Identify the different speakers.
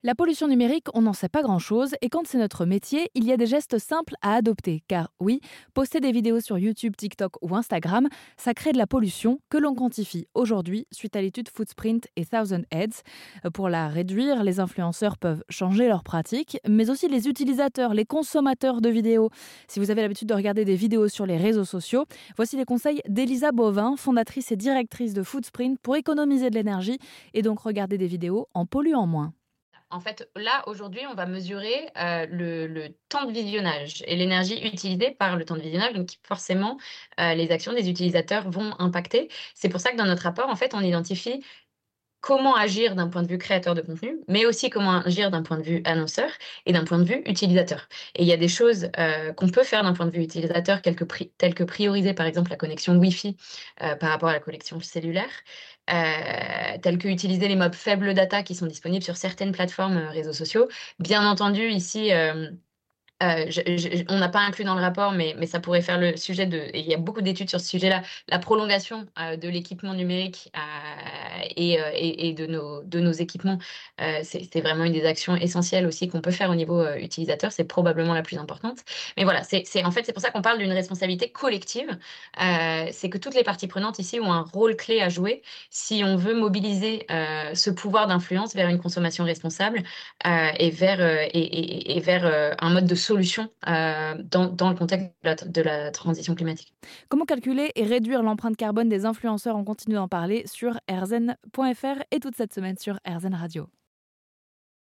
Speaker 1: La pollution numérique, on n'en sait pas grand-chose et quand c'est notre métier, il y a des gestes simples à adopter. Car oui, poster des vidéos sur YouTube, TikTok ou Instagram, ça crée de la pollution que l'on quantifie aujourd'hui suite à l'étude Footprint et Thousand Heads. Pour la réduire, les influenceurs peuvent changer leurs pratiques, mais aussi les utilisateurs, les consommateurs de vidéos. Si vous avez l'habitude de regarder des vidéos sur les réseaux sociaux, voici les conseils d'Elisa Bovin, fondatrice et directrice de Footprint pour économiser de l'énergie et donc regarder des vidéos en polluant moins.
Speaker 2: En fait, là, aujourd'hui, on va mesurer, le temps de visionnage et l'énergie utilisée par le temps de visionnage, donc forcément, les actions des utilisateurs vont impacter. C'est pour ça que dans notre rapport, en fait, on identifie comment agir d'un point de vue créateur de contenu, mais aussi comment agir d'un point de vue annonceur et d'un point de vue utilisateur. Et il y a des choses, qu'on peut faire d'un point de vue utilisateur, telles que prioriser, par exemple, la connexion Wi-Fi, par rapport à la connexion cellulaire, telles que utiliser les modes faible data qui sont disponibles sur certaines plateformes, réseaux sociaux. Bien entendu, ici, on n'a pas inclus dans le rapport, mais ça pourrait faire le sujet de et il y a beaucoup d'études sur ce sujet-là, la prolongation, de l'équipement numérique, et de nos équipements. C'est vraiment une des actions essentielles aussi qu'on peut faire au niveau, utilisateur. C'est probablement la plus importante. Mais voilà, en fait, c'est pour ça qu'on parle d'une responsabilité collective. C'est que toutes les parties prenantes ici ont un rôle clé à jouer si on veut mobiliser, ce pouvoir d'influence vers une consommation responsable, et vers un mode de solution dans le contexte de la transition climatique.
Speaker 1: Comment calculer et réduire l'empreinte carbone des influenceurs? On continue d'en parler sur rzn.fr et toute cette semaine sur RZN Radio.